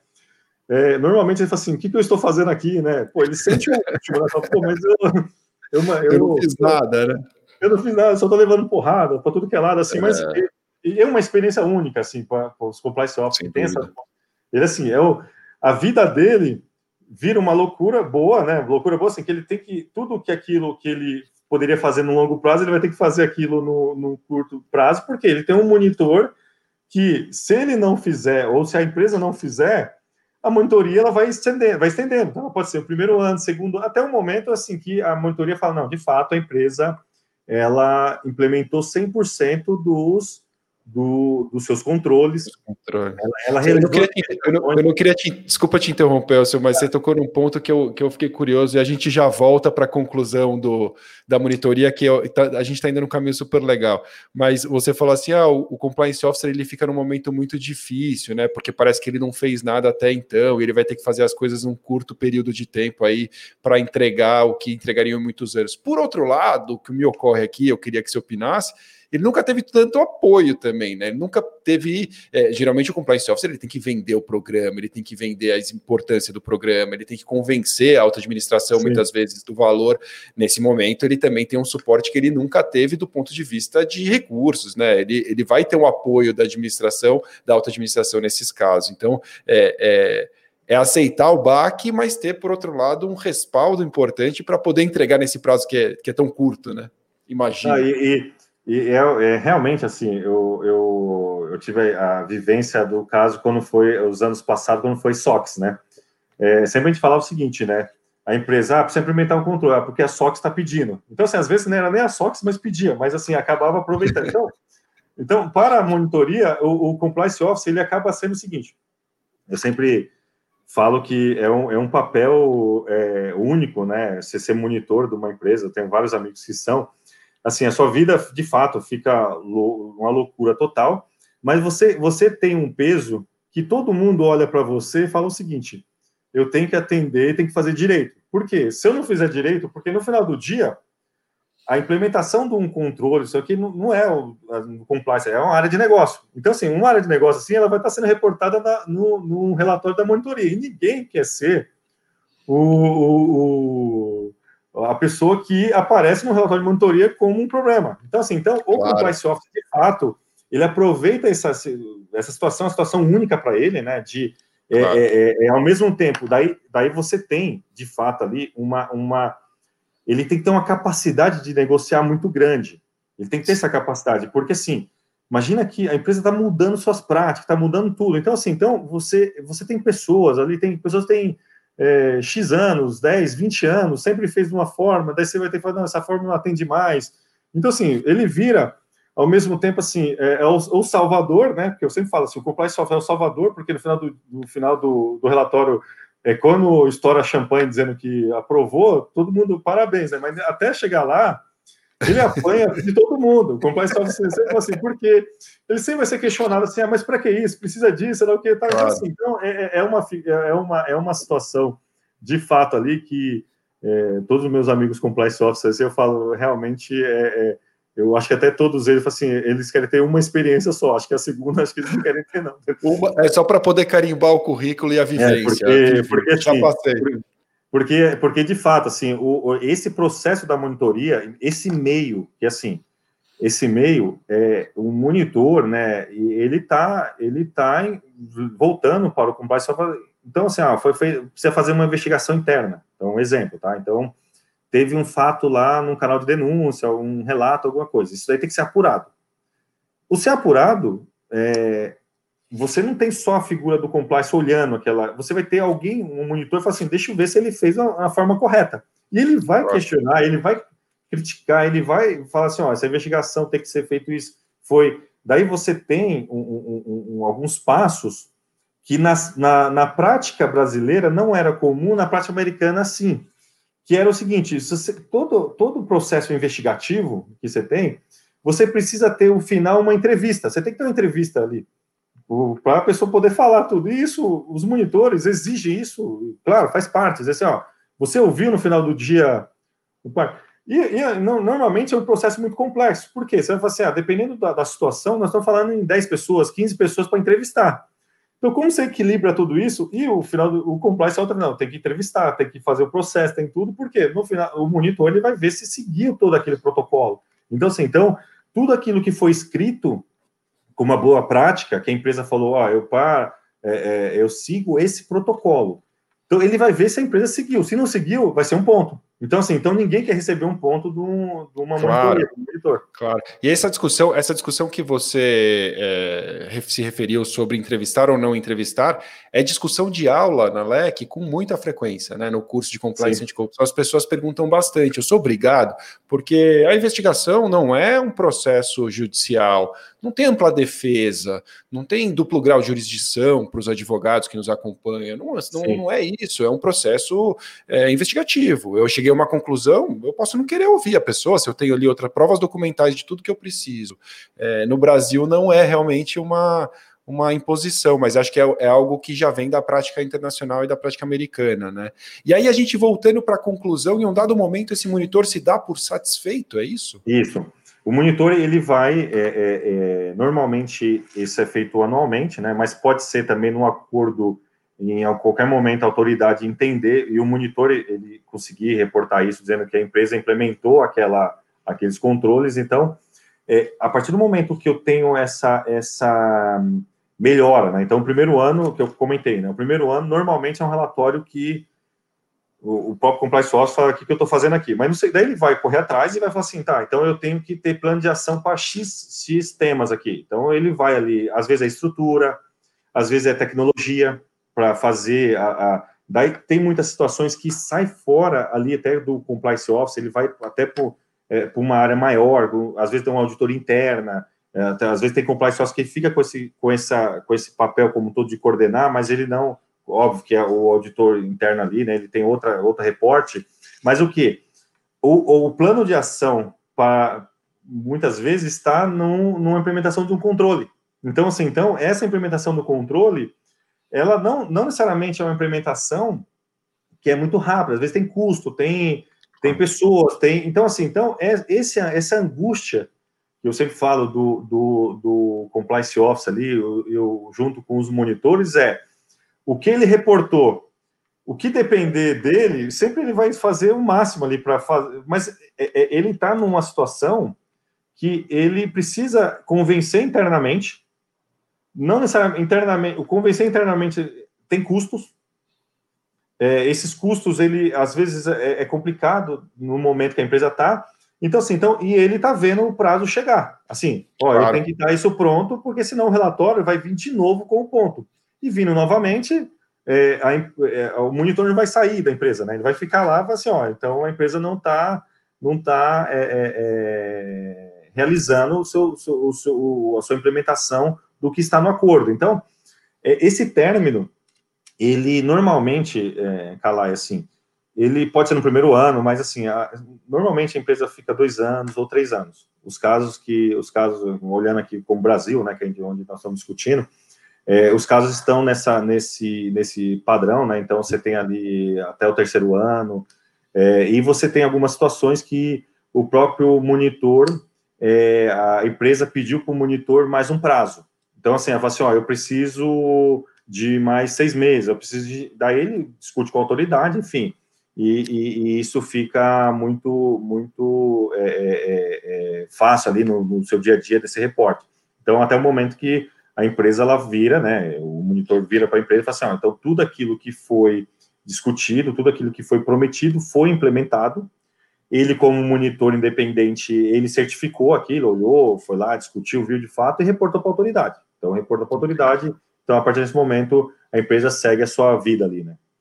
É, normalmente ele fala assim, o que, que eu estou fazendo aqui, né? Pô, ele sente o último, né? Fala, pô, mas eu, eu, eu, eu não fiz eu, nada, né? Eu não fiz nada, só estou levando porrada para tudo que é lado, assim, é. Mas e é uma experiência única, assim, para os Compliance Office que tem essa... Ele, assim, é o, a vida dele vira uma loucura boa, né? Loucura boa, assim, que ele tem que... Tudo que aquilo que ele poderia fazer no longo prazo, ele vai ter que fazer aquilo no, no curto prazo, porque ele tem um monitor que, se ele não fizer, ou se a empresa não fizer, a monitoria ela vai estendendo, vai estendendo. Então, pode ser o primeiro ano, segundo, até o momento assim que a monitoria fala, não, de fato, a empresa ela implementou cem por cento dos, do, dos seus controles. Controle. Ela, ela realizou... eu, não te, eu, não, eu não queria te... Desculpa te interromper, Elcio, mas é. Você tocou num ponto que eu, que eu fiquei curioso e a gente já volta para a conclusão do, da monitoria, que eu, tá, a gente está indo num caminho super legal. Mas você falou assim, ah, o, o Compliance Officer ele fica num momento muito difícil, né? Porque parece que ele não fez nada até então, e ele vai ter que fazer as coisas num curto período de tempo aí para entregar o que entregariam em muitos anos. Por outro lado, o que me ocorre aqui, eu queria que você opinasse, ele nunca teve tanto apoio também, né? Ele nunca teve... É, geralmente o Compliance Officer ele tem que vender o programa, ele tem que vender a importância do programa, ele tem que convencer a alta administração, Sim. muitas vezes, do valor. Nesse momento, ele também tem um suporte que ele nunca teve do ponto de vista de recursos, né? Ele, ele vai ter um apoio da administração, da alta administração nesses casos. Então, é... é É aceitar o baque, mas ter, por outro lado, um respaldo importante para poder entregar nesse prazo que é, que é tão curto, né? Imagina. Ah, e, e, e é, é realmente assim, eu, eu, eu tive a vivência do caso quando foi, os anos passados, quando foi SOX, né? É, sempre a gente falava o seguinte, né? A empresa, ah, precisa implementar um controle, ah, porque a SOX está pedindo. Então, assim, às vezes não era nem a SOX, mas pedia, mas assim, acabava aproveitando. Então, então para a monitoria, o, o Compliance Officer, ele acaba sendo o seguinte, eu sempre... falo que é um, é um papel é, único, né? Você ser monitor de uma empresa, eu tenho vários amigos que são, assim, a sua vida, de fato, fica lou- uma loucura total, mas você, você tem um peso que todo mundo olha para você e fala o seguinte, eu tenho que atender, tenho que fazer direito. Por quê? Se eu não fizer direito, porque no final do dia, a implementação de um controle, isso aqui não, não é o, o compliance, é uma área de negócio. Então, assim, uma área de negócio assim, ela vai estar sendo reportada na, no, no relatório da monitoria. E ninguém quer ser o, o, o, a pessoa que aparece no relatório de monitoria como um problema. Então, assim, então, o claro. Compliance Officer, de fato, ele aproveita essa, essa situação, uma situação única para ele, né, de, claro. é, é, é, ao mesmo tempo, daí, daí você tem, de fato, ali, uma... uma ele tem que ter uma capacidade de negociar muito grande. Ele tem que ter essa capacidade, porque, assim, imagina que a empresa está mudando suas práticas, está mudando tudo. Então, assim, então você, você tem pessoas ali, tem pessoas que têm é, X anos, dez, vinte anos, sempre fez de uma forma, daí você vai ter que falar, não, essa forma não atende mais. Então, assim, ele vira, ao mesmo tempo, assim, é, é o, o salvador, né? Porque eu sempre falo assim, o Compliance Software é o salvador, porque no final do, no final do, do relatório... É, quando estoura champanhe dizendo que aprovou, todo mundo, parabéns, né? Mas até chegar lá, ele apanha de todo mundo. O Compliance Officer sempre fala assim, porque ele sempre vai ser questionado assim, ah, mas para que isso? Precisa disso? Sei lá o que. Tá? Claro. Então, assim, então é, é, uma, é, uma, é uma situação, de fato, ali que é, todos os meus amigos Compliance Officers, eu falo, realmente, é, é, eu acho que até todos eles, assim, eles querem ter uma experiência só. Acho que a segunda, acho que eles não querem ter, não. Uma, é só para poder carimbar o currículo e a vivência. É, porque, porque, assim, já passei. Porque, porque, de fato, assim, o, o, esse processo da monitoria, esse meio, que assim, esse meio, é, o monitor, né, ele está ele tá voltando para o compliance. Então, assim, ah, foi, foi, precisa fazer uma investigação interna. Então, um exemplo, tá? Então, teve um fato lá num canal de denúncia, um relato, alguma coisa. Isso daí tem que ser apurado. O ser apurado, é, você não tem só a figura do compliance olhando aquela... Você vai ter alguém, um monitor, e fala assim, deixa eu ver se ele fez a, a forma correta. E ele vai questionar, ele vai criticar, ele vai falar assim, ó, essa investigação tem que ser feito isso. Foi... Daí você tem um, um, um, alguns passos que na, na, na prática brasileira não era comum, na prática americana sim, que era o seguinte, você, todo, todo processo investigativo que você tem, você precisa ter, no final, uma entrevista, você tem que ter uma entrevista ali, para a pessoa poder falar tudo, e isso, os monitores exigem isso, claro, faz parte, dizer assim, ó, você ouviu no final do dia, e, e não, normalmente é um processo muito complexo, por quê? Você vai falar assim, ah, dependendo da, da situação, nós estamos falando em dez pessoas, quinze pessoas para entrevistar. Então, como você equilibra tudo isso, e o final do o compliance é outra, não, tem que entrevistar, tem que fazer o processo, tem tudo, porque no final o monitor ele vai ver se seguiu todo aquele protocolo. Então, assim, então, tudo aquilo que foi escrito com uma boa prática, que a empresa falou, ó, eu, pá, é, é, eu sigo esse protocolo. Então, ele vai ver se a empresa seguiu. Se não seguiu, vai ser um ponto. Então, assim, então ninguém quer receber um ponto de, um, de uma Claro. monitoria, do monitor. Claro. E essa discussão, essa discussão que você é, se referiu sobre entrevistar ou não entrevistar, é discussão de aula na L E C com muita frequência, né? No curso de Compliance Anticorrupção, as pessoas perguntam bastante. Eu sou obrigado, porque a investigação não é um processo judicial, não tem ampla defesa, não tem duplo grau de jurisdição para os advogados que nos acompanham, não, não, não é isso, é um processo é, investigativo. Eu cheguei a uma conclusão, eu posso não querer ouvir a pessoa, se eu tenho ali outras provas documentais de tudo que eu preciso. É, no Brasil não é realmente uma, uma imposição, mas acho que é, é algo que já vem da prática internacional e da prática americana, né? E aí a gente voltando para a conclusão, em um dado momento esse monitor se dá por satisfeito, é isso? Isso. O monitor, ele vai, é, é, é, normalmente isso é feito anualmente, né, mas pode ser também num acordo, em qualquer momento a autoridade entender, e o monitor, ele conseguir reportar isso, dizendo que a empresa implementou aquela, aqueles controles. Então, é, a partir do momento que eu tenho essa, essa melhora, né, então o primeiro ano, que eu comentei, né, o primeiro ano normalmente é um relatório que o próprio Compliance Officer fala, o que, que eu estou fazendo aqui? Mas não sei, daí ele vai correr atrás e vai falar assim, tá, então eu tenho que ter plano de ação para X, X temas aqui. Então ele vai ali, às vezes é estrutura, às vezes é tecnologia, para fazer, a, a, daí tem muitas situações que sai fora ali até do Compliance Officer, ele vai até para é, uma área maior, às vezes tem uma auditoria interna, é, até, às vezes tem Compliance Officer que fica com esse, com, essa, com esse papel como todo de coordenar, mas ele não... Óbvio que é o auditor interno ali, né, ele tem outra, outra reporte, mas o que? O, o plano de ação, para, muitas vezes, está num, numa implementação de um controle. Então, assim, então, essa implementação do controle, ela não, não necessariamente é uma implementação que é muito rápida, às vezes tem custo, tem, tem pessoas, tem... Então, assim, então, é, esse, essa angústia, que eu sempre falo do, do, do Compliance Officer ali, eu, eu, junto com os monitores, é o que ele reportou, o que depender dele, sempre ele vai fazer o máximo ali para fazer, mas ele está numa situação que ele precisa convencer internamente, não necessariamente internamente, o convencer internamente tem custos, é, esses custos, ele às vezes é, é complicado no momento que a empresa está, então assim, então, e ele está vendo o prazo chegar, assim, ó, claro. Eu tenho que dar isso pronto, porque senão o relatório vai vir de novo com o ponto. E vindo novamente, é, a, é, o monitor não vai sair da empresa, né? Ele vai ficar lá e vai assim, ó, então a empresa não está não tá, é, é, é, realizando o seu, o seu, a sua implementação do que está no acordo. Então, é, esse término, ele normalmente, é, Calai, assim, ele pode ser no primeiro ano, mas assim, a, normalmente a empresa fica dois anos ou três anos. Os casos que, os casos, olhando aqui como Brasil, né, que é onde nós estamos discutindo, É, os casos estão nessa, nesse, nesse padrão, né? Então você tem ali até o terceiro ano, é, e você tem algumas situações que o próprio monitor, é, a empresa pediu para o monitor mais um prazo. Então, assim, ela fala assim, ó, eu preciso de mais seis meses, eu preciso de... Daí ele discute com a autoridade, enfim, e, e, e isso fica muito, muito é, é, é, fácil ali no, no seu dia a dia desse reporte. Então, até o momento que a empresa, ela vira, né, o monitor vira para a empresa e fala assim, ah, então tudo aquilo que foi discutido, tudo aquilo que foi prometido foi implementado, ele como monitor independente, ele certificou aquilo, olhou, foi lá, discutiu, viu de fato e reportou para a autoridade. Então, reportou para a autoridade, então a partir desse momento, a empresa segue a sua vida ali, né.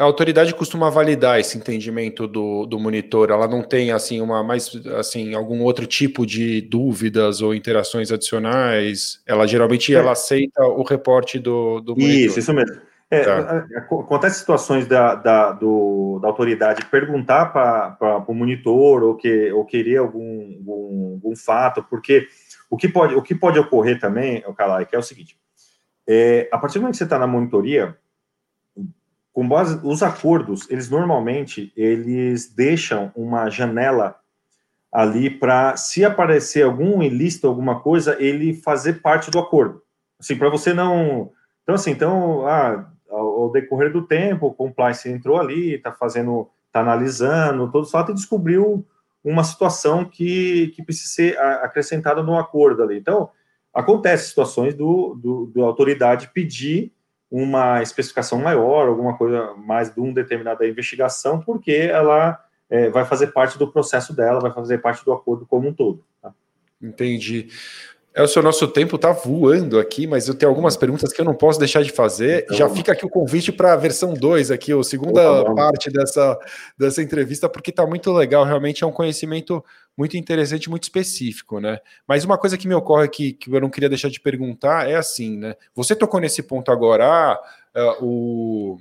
A autoridade costuma validar esse entendimento do, do monitor, ela não tem assim uma mais assim algum outro tipo de dúvidas ou interações adicionais, ela geralmente ela É, aceita o reporte do, do isso, monitor. isso mesmo. É, Tá. acontece situações da, da, do, da autoridade perguntar para o monitor ou, que, ou querer algum, algum, algum fato, porque o que pode, o que pode ocorrer também, o Calai, que é o seguinte, é, a partir do momento que você está na monitoria, com base, os acordos, eles normalmente, eles deixam uma janela ali para, se aparecer algum ilícito, alguma coisa, ele fazer parte do acordo. Assim, para você não... Então, assim, então, ah, ao decorrer do tempo, o compliance entrou ali, está fazendo, está analisando todos os fatos e descobriu uma situação que, que precisa ser acrescentada no acordo ali. Então, acontece situações do, do, do autoridade pedir uma especificação maior, alguma coisa mais de uma determinada investigação, porque ela é, vai fazer parte do processo dela, vai fazer parte do acordo como um todo. Tá? Entendi. É, o seu nosso tempo está voando aqui, mas eu tenho algumas perguntas que eu não posso deixar de fazer. Então, Já fica aqui o convite para a versão dois, aqui, a segunda parte dessa, dessa entrevista, porque está muito legal, realmente é um conhecimento muito interessante, muito específico, né? Mas uma coisa que me ocorre aqui, que eu não queria deixar de perguntar, é assim, né? Você tocou nesse ponto agora, ah, uh, o...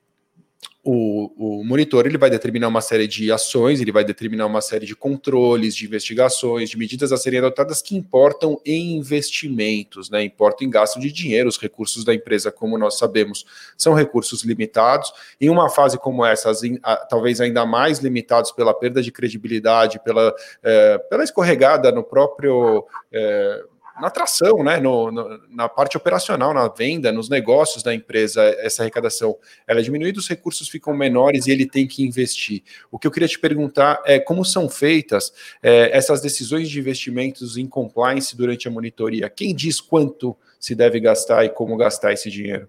O, o monitor ele vai determinar uma série de ações, ele vai determinar uma série de controles, de investigações, de medidas a serem adotadas que importam em investimentos, né? Importam em gasto de dinheiro. Os recursos da empresa, como nós sabemos, são recursos limitados. Em uma fase como essa, talvez ainda mais limitados pela perda de credibilidade, pela, é, pela escorregada no próprio... É, na tração, né, no, no, na parte operacional, na venda, nos negócios da empresa, essa arrecadação, ela é diminuída, os recursos ficam menores e ele tem que investir. O que eu queria te perguntar é como são feitas é, essas decisões de investimentos em compliance durante a monitoria? Quem diz quanto se deve gastar e como gastar esse dinheiro?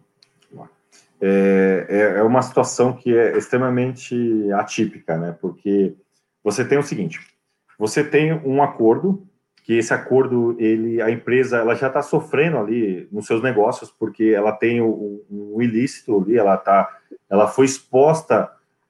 É, é uma situação que é extremamente atípica, né, porque você tem o seguinte, você tem um acordo, que esse acordo, ele, a empresa, ela já está sofrendo ali nos seus negócios, porque ela tem um, um ilícito ali, ela tá, ela foi exposta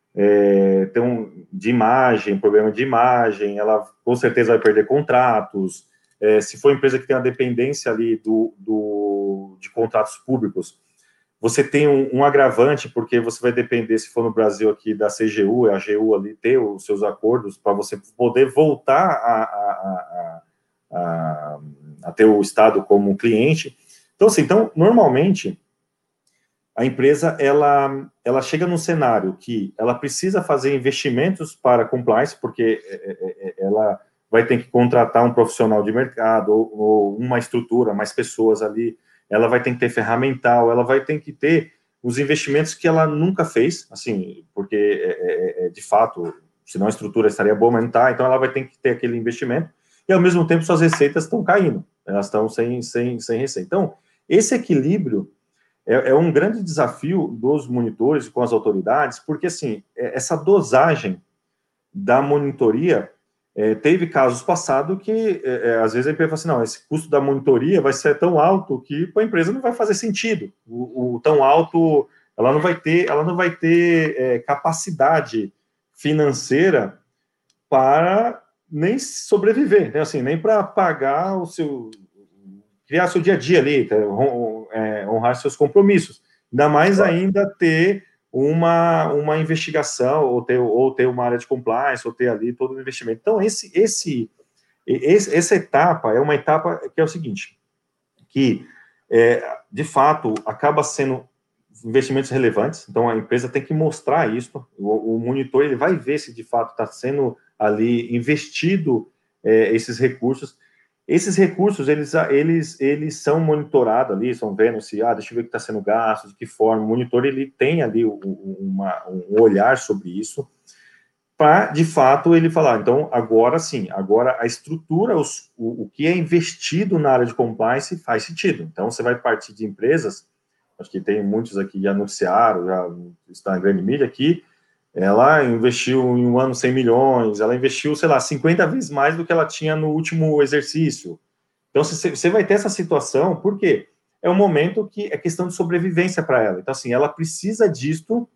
é, tem um, de imagem, problema de imagem, ela com certeza vai perder contratos, é, se for empresa que tem uma dependência ali do, do, de contratos públicos, você tem um, um agravante, porque você vai depender, se for no Brasil aqui, da C G U, a G U ali ter os seus acordos, para você poder voltar a, a, a A, a ter o Estado como cliente. Então, assim, então, normalmente, a empresa, ela, ela chega num cenário que ela precisa fazer investimentos para compliance, porque ela vai ter que contratar um profissional de mercado, ou, ou uma estrutura, mais pessoas ali, ela vai ter que ter ferramental, ela vai ter que ter os investimentos que ela nunca fez, assim, porque, é, é, de fato, senão a estrutura estaria boa, mas não está, então ela vai ter que ter aquele investimento, e ao mesmo tempo suas receitas estão caindo, elas estão sem, sem, sem receita. Então, esse equilíbrio é, é um grande desafio dos monitores com as autoridades, porque, assim, essa dosagem da monitoria, é, teve casos passados que, é, às vezes, a empresa fala assim, não, esse custo da monitoria vai ser tão alto que para a empresa não vai fazer sentido. O, o tão alto, ela não vai ter, ela não vai ter é, capacidade financeira para nem sobreviver, né? Assim, nem para pagar o seu, criar seu dia a dia ali, honrar seus compromissos. Ainda mais claro. Ainda ter uma, uma investigação, ou ter, ou ter uma área de compliance, ou ter ali todo o investimento. Então, esse, esse, esse, essa etapa é uma etapa que é o seguinte, que, é, de fato, acaba sendo investimentos relevantes, então a empresa tem que mostrar isso, o, o monitor ele vai ver se de fato está sendo ali investido é, esses recursos. Esses recursos, eles, eles, eles são monitorados ali, estão vendo se, ah, deixa eu ver o que está sendo gasto, de que forma, o monitor ele tem ali uma, um olhar sobre isso, para, de fato, ele falar, então, agora sim, agora a estrutura, os, o, o que é investido na área de compliance faz sentido. Então, você vai partir de empresas, acho que tem muitos aqui já anunciaram, já está em grande mídia aqui, ela investiu em um ano cem milhões, ela investiu, sei lá, cinquenta vezes mais do que ela tinha no último exercício. Então, você vai ter essa situação, por quê? É um momento que é questão de sobrevivência para ela. Então, assim, ela precisa disto,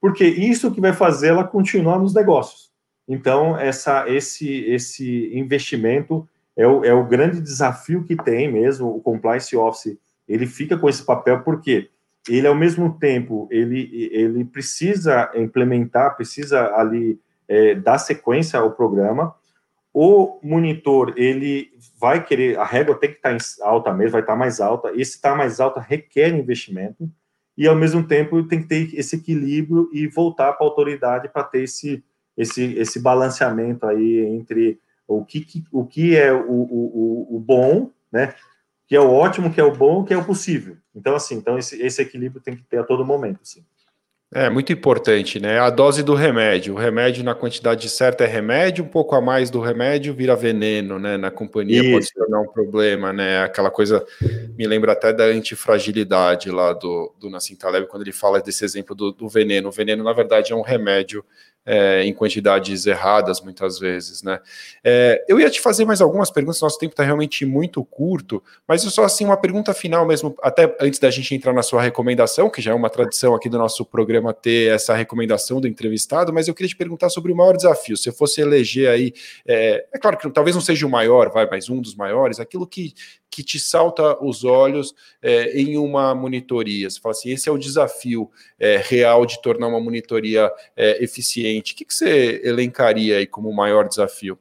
porque isso que vai fazer ela continuar nos negócios. Então, essa, esse, esse investimento é o, é o grande desafio que tem mesmo, o Compliance Office, ele fica com esse papel, porque ele, ao mesmo tempo, ele, ele precisa implementar, precisa ali é, dar sequência ao programa. O monitor, ele vai querer, a régua tem que estar alta mesmo, vai estar mais alta, e se está mais alta, requer investimento, e, ao mesmo tempo, tem que ter esse equilíbrio e voltar para a autoridade para ter esse, esse, esse balanceamento aí entre o que, que, o que é o, o, o bom, né? Que é o ótimo, que é o bom, que é o possível. Então, assim, então esse, esse equilíbrio tem que ter a todo momento, assim. É muito importante, né? A dose do remédio. O remédio na quantidade certa é remédio, um pouco a mais do remédio vira veneno, né? Na companhia Isso. pode se tornar um problema, né? Aquela coisa, me lembra até da antifragilidade lá do, do Nassim Taleb, quando ele fala desse exemplo do, do veneno. O veneno, na verdade, é um remédio é, em quantidades erradas, muitas vezes, né? É, eu ia te fazer mais algumas perguntas, nosso tempo está realmente muito curto, mas só assim, uma pergunta final mesmo, até antes da gente entrar na sua recomendação, que já é uma tradição aqui do nosso programa ter essa recomendação do entrevistado, mas eu queria te perguntar sobre o maior desafio. Se você fosse eleger aí, é, é claro que talvez não seja o maior, vai, mas um dos maiores, aquilo que, que te salta os olhos é, em uma monitoria. Você fala assim, esse é o desafio é, real de tornar uma monitoria é, eficiente. O que, que você elencaria aí como o maior desafio?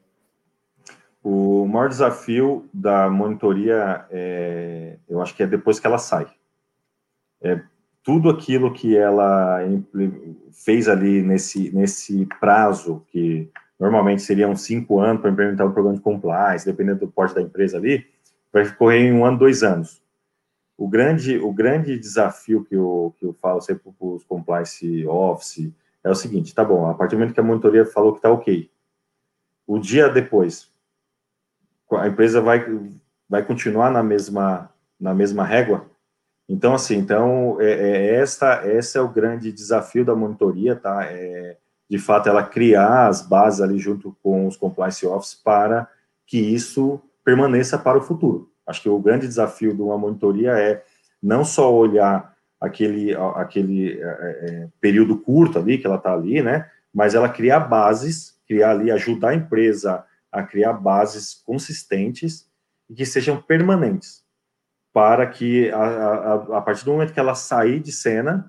O maior desafio da monitoria, é, eu acho que é depois que ela sai. É, tudo aquilo que ela fez ali nesse, nesse prazo, que normalmente seriam cinco anos para implementar o programa de compliance, dependendo do porte da empresa ali, vai correr em um ano, dois anos. O grande, o grande desafio que eu, que eu falo sempre para os compliance office é o seguinte, tá bom, a partir do momento que a monitoria falou que está ok, o dia depois, a empresa vai, vai continuar na mesma, na mesma régua? Então, assim, então, é, é, esta, esse é o grande desafio da monitoria, tá? É, de fato, ela criar as bases ali junto com os compliance officers para que isso permaneça para o futuro. Acho que o grande desafio de uma monitoria é não só olhar aquele, aquele é, é, período curto ali, que ela está ali, né? Mas ela criar bases, criar ali, ajudar a empresa a criar bases consistentes e que sejam permanentes, para que, a, a, a partir do momento que ela sair de cena,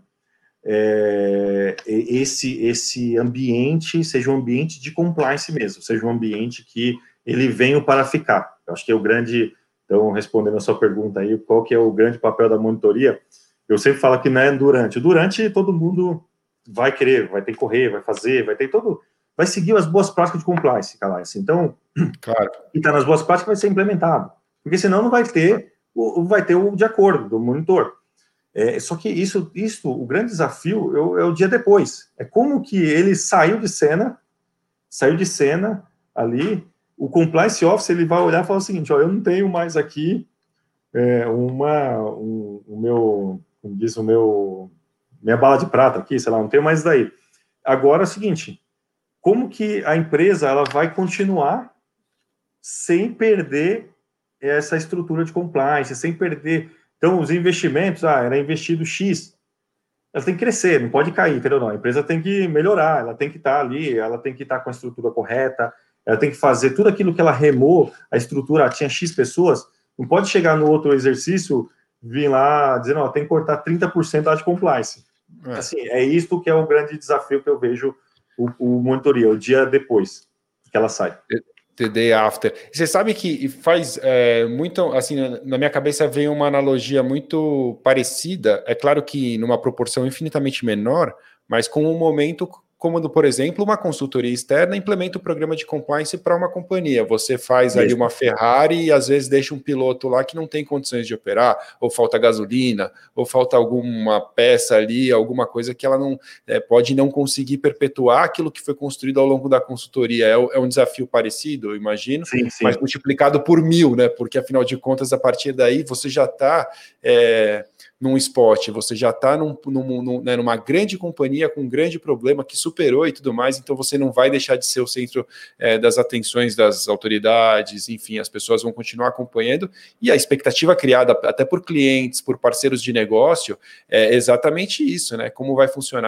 é, esse, esse ambiente seja um ambiente de compliance mesmo, seja um ambiente que ele venha para ficar. Eu acho que é o grande... Então, respondendo a sua pergunta aí, qual que é o grande papel da monitoria? Eu sempre falo que não é durante. Durante, todo mundo vai querer, vai ter que correr, vai fazer, vai ter todo... Vai seguir as boas práticas de compliance, Calais. Então, claro, que está nas boas práticas vai ser implementado. Porque senão não vai ter o, vai ter o de acordo do monitor. É, só que isso, isso, o grande desafio é, é o dia depois. É como que ele saiu de cena, saiu de cena ali, o compliance officer ele vai olhar e falar o seguinte, ó, eu não tenho mais aqui é, uma, um, o meu, como diz, o meu, minha bala de prata aqui, sei lá, não tenho mais daí. Agora é o seguinte, como que a empresa ela vai continuar sem perder essa estrutura de compliance, sem perder... Então, os investimentos, ah, era investido X, ela tem que crescer, não pode cair, entendeu? Não, a empresa tem que melhorar, ela tem que estar ali, ela tem que estar com a estrutura correta, ela tem que fazer tudo aquilo que ela remou, a estrutura tinha X pessoas, não pode chegar no outro exercício, vir lá dizendo, ó, tem que cortar trinta por cento de compliance. É. Assim, é isso que é o grande desafio que eu vejo o, o monitoria, o dia depois que ela sai. The day after. Você sabe que faz é, muito, assim, na minha cabeça vem uma analogia muito parecida, é claro que numa proporção infinitamente menor, mas com um momento como, do, por exemplo, uma consultoria externa implementa o programa de compliance para uma companhia. Você faz ali uma Ferrari e às vezes deixa um piloto lá que não tem condições de operar, ou falta gasolina, ou falta alguma peça ali, alguma coisa que ela não é, pode não conseguir perpetuar aquilo que foi construído ao longo da consultoria. É, é um desafio parecido, eu imagino, sim, sim. Mas multiplicado por mil, né? Porque afinal de contas, a partir daí você já está é, num spot, você já está num, num, num, né, numa grande companhia com um grande problema que superou e tudo mais, então você não vai deixar de ser o centro é, das atenções das autoridades, enfim, as pessoas vão continuar acompanhando, e a expectativa criada até por clientes, por parceiros de negócio, é exatamente isso, né? Como vai funcionar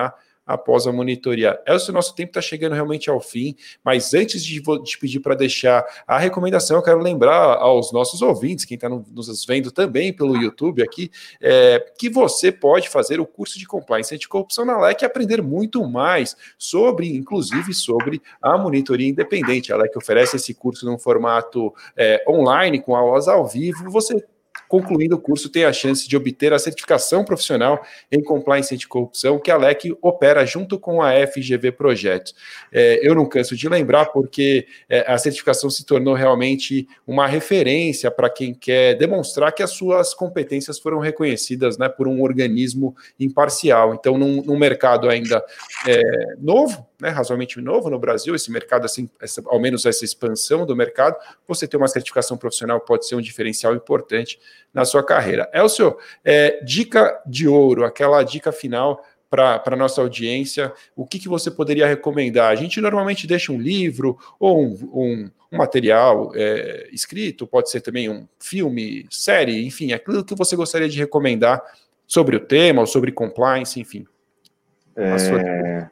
após a monitoria. Elcio, nosso tempo está chegando realmente ao fim, mas antes de te pedir para deixar a recomendação, eu quero lembrar aos nossos ouvintes, quem está nos vendo também pelo YouTube aqui, é, que você pode fazer o curso de Compliance Anticorrupção na L E C e aprender muito mais sobre, inclusive, sobre a monitoria independente. A L E C oferece esse curso num formato é, online, com aulas ao vivo. Você, concluindo o curso, tem a chance de obter a certificação profissional em Compliance Anticorrupção, que a L E C opera junto com a F G V Projetos. É, eu não canso de lembrar, porque é, a certificação se tornou realmente uma referência para quem quer demonstrar que as suas competências foram reconhecidas, né, por um organismo imparcial. Então, num, num mercado ainda é, novo, né, razoavelmente novo no Brasil, esse mercado, assim, essa, ao menos essa expansão do mercado, você ter uma certificação profissional pode ser um diferencial importante na sua carreira. Elcio, é, dica de ouro, aquela dica final para a nossa audiência, o que, que você poderia recomendar? A gente normalmente deixa um livro ou um, um, um material é, escrito, pode ser também um filme, série, enfim, aquilo que você gostaria de recomendar sobre o tema ou sobre compliance, enfim. É... Sua...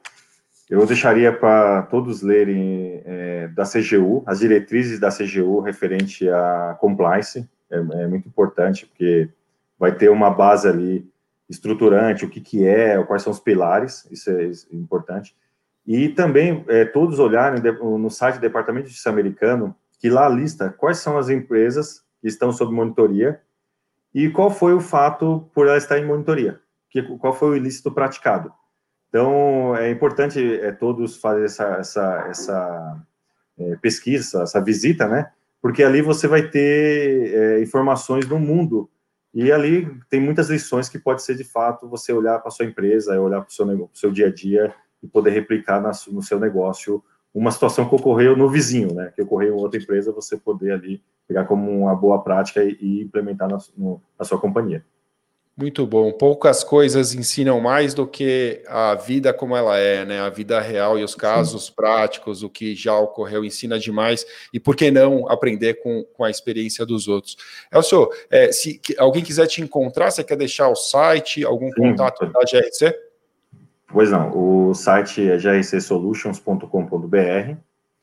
Eu deixaria para todos lerem é, da C G U, as diretrizes da C G U referente a compliance, é, é muito importante, porque vai ter uma base ali estruturante, o que, que é, quais são os pilares, isso é, isso é importante. E também é, todos olharem no site do Departamento de Justiça americano, que lá lista quais são as empresas que estão sob monitoria e qual foi o fato por ela estar em monitoria, que, qual foi o ilícito praticado. Então, é importante é, todos fazerem essa, essa, essa é, pesquisa, essa visita, né? Porque ali você vai ter é, informações do mundo e ali tem muitas lições que pode ser, de fato, você olhar para a sua empresa, olhar para o seu, pro seu dia a dia e poder replicar na, no seu negócio uma situação que ocorreu no vizinho, né? Que ocorreu em outra empresa, você poder ali pegar como uma boa prática e, e implementar na, no, na sua companhia. Muito bom. Poucas coisas ensinam mais do que a vida como ela é, né? A vida real e os casos Sim. práticos, o que já ocorreu, ensina demais. E por que não aprender com, com a experiência dos outros? Elcio, é, se alguém quiser te encontrar, você quer deixar o site, algum Sim. contato da G R C? Pois não, o site é g r c solutions ponto com ponto b r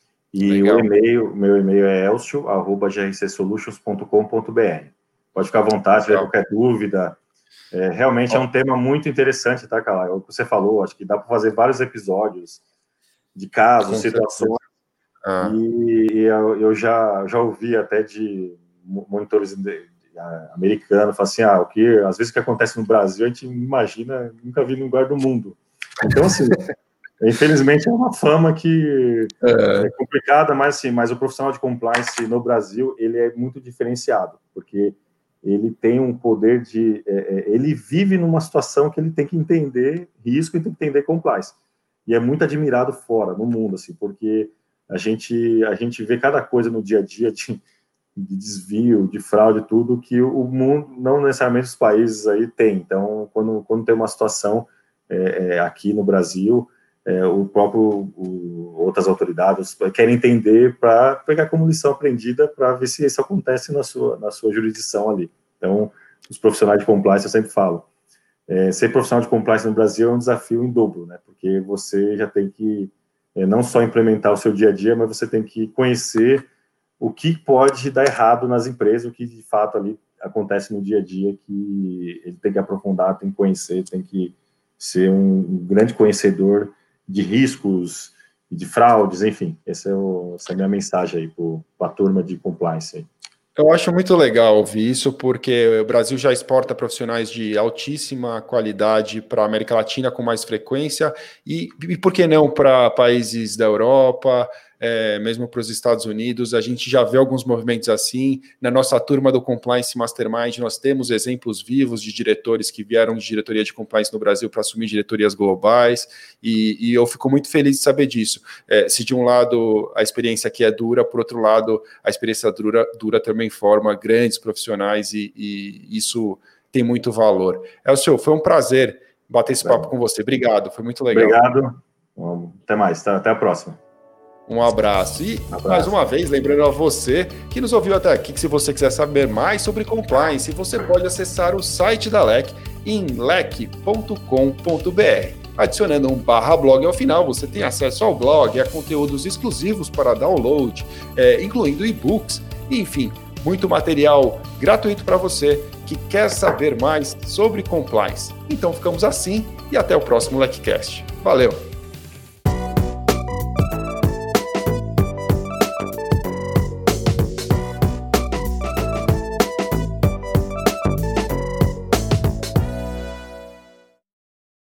e Legal. o e-mail, meu e-mail é elcio arroba g r c solutions ponto com ponto b r. Pode ficar à vontade, se tiver qualquer dúvida. É, realmente é um tema muito interessante, tá, Carla? O que você falou, acho que dá para fazer vários episódios de casos, Com situações, ah. e, e eu, eu já, já ouvi até de monitores de, de, americanos, falam assim, ah, o que, às vezes o que acontece no Brasil, a gente imagina, nunca vi em lugar do mundo. Então, assim, infelizmente é uma fama que é, é complicada, mas, assim, mas o profissional de compliance no Brasil, ele é muito diferenciado, porque ele tem um poder de... É, ele vive numa situação que ele tem que entender risco e tem que entender compliance. E é muito admirado fora, no mundo, assim, porque a gente, a gente vê cada coisa no dia a dia de, de desvio, de fraude, tudo, que o mundo, não necessariamente os países aí tem. Então, quando, quando tem uma situação é, é, aqui no Brasil, é, o próprio, o, outras autoridades querem entender para pegar como lição aprendida para ver se isso acontece na sua, na sua jurisdição ali. Então, os profissionais de compliance, eu sempre falo, é, ser profissional de compliance no Brasil é um desafio em dobro, né? Porque você já tem que é, não só implementar o seu dia a dia, mas você tem que conhecer o que pode dar errado nas empresas, o que de fato ali acontece no dia a dia, que ele tem que aprofundar, tem que conhecer, tem que ser um, um grande conhecedor de riscos, de fraudes, enfim. Essa é, o, essa é a minha mensagem aí para a turma de compliance aí. Eu acho muito legal ouvir isso, porque o Brasil já exporta profissionais de altíssima qualidade para a América Latina com mais frequência, e, e por que não para países da Europa, é, mesmo para os Estados Unidos. A gente já vê alguns movimentos assim. Na nossa turma do Compliance Mastermind, nós temos exemplos vivos de diretores que vieram de diretoria de compliance no Brasil para assumir diretorias globais, e, e eu fico muito feliz de saber disso. É, se de um lado a experiência aqui é dura, por outro lado a experiência dura, dura também forma grandes profissionais, e, e isso tem muito valor. Elcio, foi um prazer bater esse papo com você. Obrigado, foi muito legal. Obrigado. Até mais, tá? Até a próxima. Um abraço. E, um abraço. Mais uma vez, lembrando a você que nos ouviu até aqui, que se você quiser saber mais sobre compliance, você pode acessar o site da L E C em lec ponto com ponto b r. Adicionando um barra blog ao final, você tem acesso ao blog, a conteúdos exclusivos para download, é, incluindo e-books, enfim, muito material gratuito para você que quer saber mais sobre compliance. Então ficamos assim e até o próximo LecCast. Valeu!